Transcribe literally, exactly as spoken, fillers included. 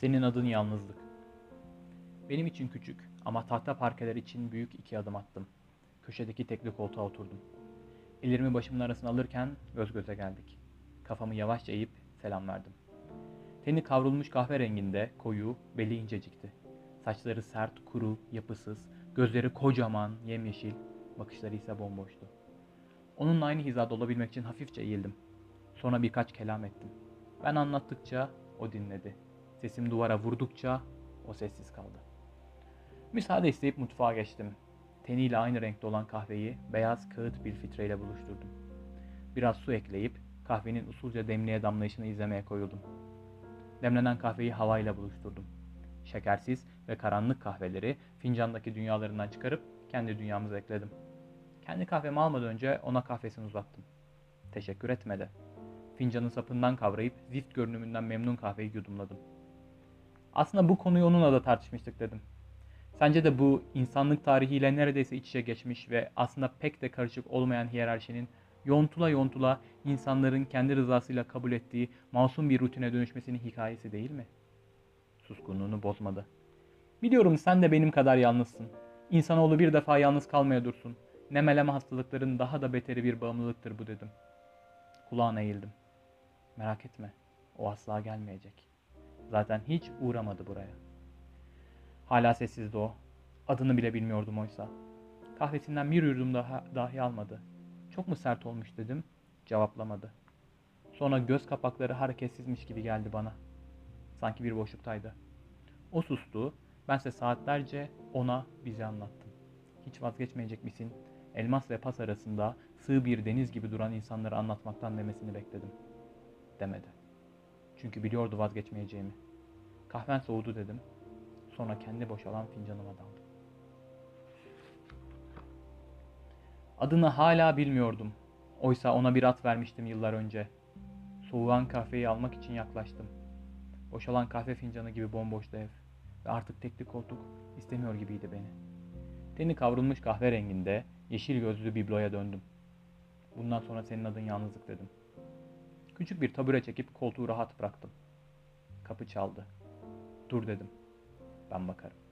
Senin adın yalnızlık. Benim için küçük ama tahta parkeler için büyük iki adım attım. Köşedeki tekli koltuğa oturdum. Ellerimi başımın arasına alırken göz göze geldik. Kafamı yavaşça eğip selam verdim. Teni kavrulmuş kahverenginde, koyu, beli incecikti. Saçları sert, kuru, yapısız, gözleri kocaman, yemyeşil, bakışları ise bomboştu. Onunla aynı hizada olabilmek için hafifçe eğildim. Sonra birkaç kelam ettim. Ben anlattıkça o dinledi. Sesim duvara vurdukça o sessiz kaldı. Müsaade isteyip mutfağa geçtim. Teniyle aynı renkte olan kahveyi beyaz kağıt bir filtreyle buluşturdum. Biraz su ekleyip kahvenin usulca demliğe damlayışını izlemeye koyuldum. Demlenen kahveyi havayla buluşturdum. Şekersiz ve karanlık kahveleri fincandaki dünyalarından çıkarıp kendi dünyamıza ekledim. Kendi kahvemi almadan önce ona kahvesini uzattım. Teşekkür etmedi. Fincanın sapından kavrayıp zift görünümünden memnun kahveyi yudumladım. Aslında bu konuyu onunla da tartışmıştık dedim. Sence de bu insanlık tarihiyle neredeyse iç içe geçmiş ve aslında pek de karışık olmayan hiyerarşinin yontula yontula insanların kendi rızasıyla kabul ettiği masum bir rutine dönüşmesinin hikayesi değil mi? Suskunluğunu bozmadı. Biliyorum sen de benim kadar yalnızsın. İnsanoğlu bir defa yalnız kalmaya dursun. Nemeleme hastalıkların daha da beteri bir bağımlılıktır bu dedim. Kulağına eğildim. Merak etme, o asla gelmeyecek. Zaten hiç uğramadı buraya. Hala sessizdi o. Adını bile bilmiyordum oysa. Kahvesinden bir yudum daha dahi almadı. Çok mu sert olmuş dedim. Cevaplamadı. Sonra göz kapakları hareketsizmiş gibi geldi bana. Sanki bir boşluktaydı. O sustu. Bense saatlerce ona bizi anlattım. Hiç vazgeçmeyecek misin? Elmas ve pas arasında sığ bir deniz gibi duran insanları anlatmaktan demesini bekledim. Demedi. Çünkü biliyordu vazgeçmeyeceğimi. Kahven soğudu dedim. Sonra kendi boşalan fincanıma daldım. Adını hala bilmiyordum. Oysa ona bir at vermiştim yıllar önce. Soğuyan kahveyi almak için yaklaştım. Boşalan kahve fincanı gibi bomboştu ev. Ve artık tekli koltuk istemiyor gibiydi beni. Teni kavrulmuş kahverenginde yeşil gözlü bibloya döndüm. Bundan sonra senin adın yalnızlık dedim. Küçük bir tabure çekip koltuğu rahat bıraktım. Kapı çaldı. Dur dedim. Ben bakarım.